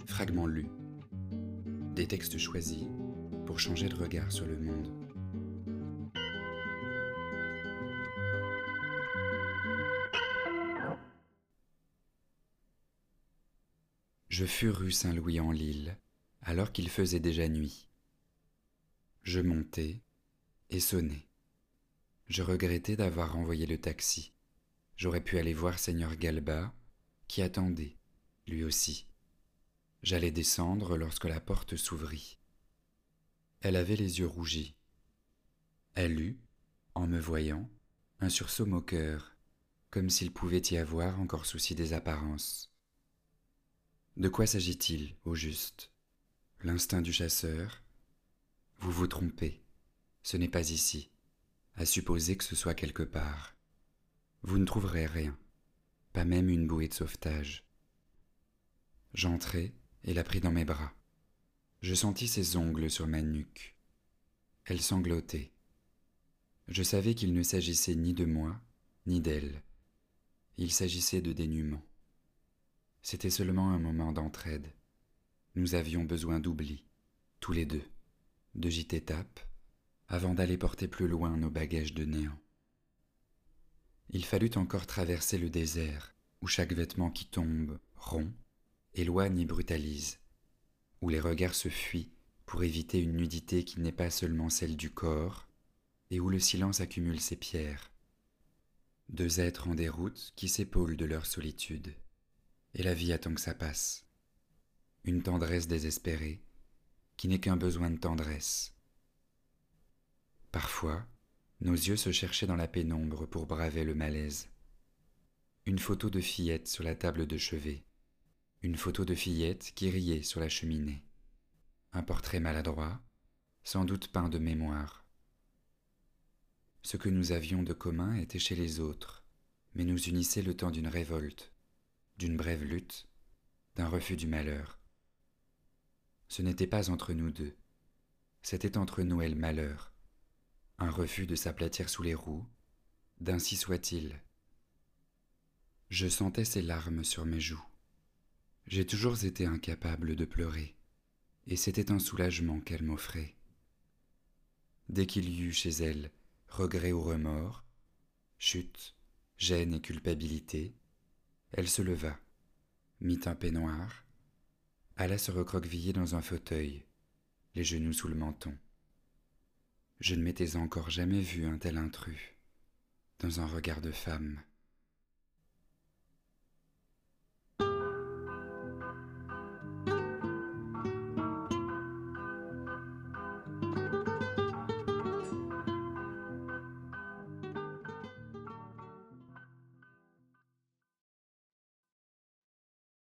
Fragments lus. Des textes choisis pour changer de regard sur le monde. Je fus rue Saint-Louis-en-Lille, alors qu'il faisait déjà nuit. Je montai et sonnai. Je regrettais d'avoir renvoyé le taxi. J'aurais pu aller voir Seigneur Galba, qui attendait, lui aussi. J'allais descendre lorsque la porte s'ouvrit. Elle avait les yeux rougis. Elle eut, en me voyant, un sursaut moqueur, comme s'il pouvait y avoir encore souci des apparences. De quoi s'agit-il, au juste? L'instinct du chasseur? Vous vous trompez, ce n'est pas ici, à supposer que ce soit quelque part. Vous ne trouverez rien, pas même une bouée de sauvetage. J'entrai et la pris dans mes bras. Je sentis ses ongles sur ma nuque. Elle sanglotait. Je savais qu'il ne s'agissait ni de moi, ni d'elle. Il s'agissait de dénuement. C'était seulement un moment d'entraide. Nous avions besoin d'oubli, tous les deux, de gîte étape, avant d'aller porter plus loin nos bagages de néant. Il fallut encore traverser le désert, où chaque vêtement qui tombe, rompt, éloigne et brutalise, où les regards se fuient pour éviter une nudité qui n'est pas seulement celle du corps, et où le silence accumule ses pierres. Deux êtres en déroute qui s'épaulent de leur solitude, et la vie attend que ça passe. Une tendresse désespérée, qui n'est qu'un besoin de tendresse. Parfois, nos yeux se cherchaient dans la pénombre pour braver le malaise. Une photo de fillette sur la table de chevet, une photo de fillette qui riait sur la cheminée. Un portrait maladroit, sans doute peint de mémoire. Ce que nous avions de commun était chez les autres, mais nous unissait le temps d'une révolte, d'une brève lutte, d'un refus du malheur. Ce n'était pas entre nous deux, c'était entre nous et le malheur, un refus de s'aplatir sous les roues, d'ainsi soit-il. Je sentais ses larmes sur mes joues. J'ai toujours été incapable de pleurer, et c'était un soulagement qu'elle m'offrait. Dès qu'il y eut chez elle regret ou remords, chute, gêne et culpabilité, elle se leva, mit un peignoir, alla se recroqueviller dans un fauteuil, les genoux sous le menton. Je ne m'étais encore jamais vu un tel intrus, dans un regard de femme.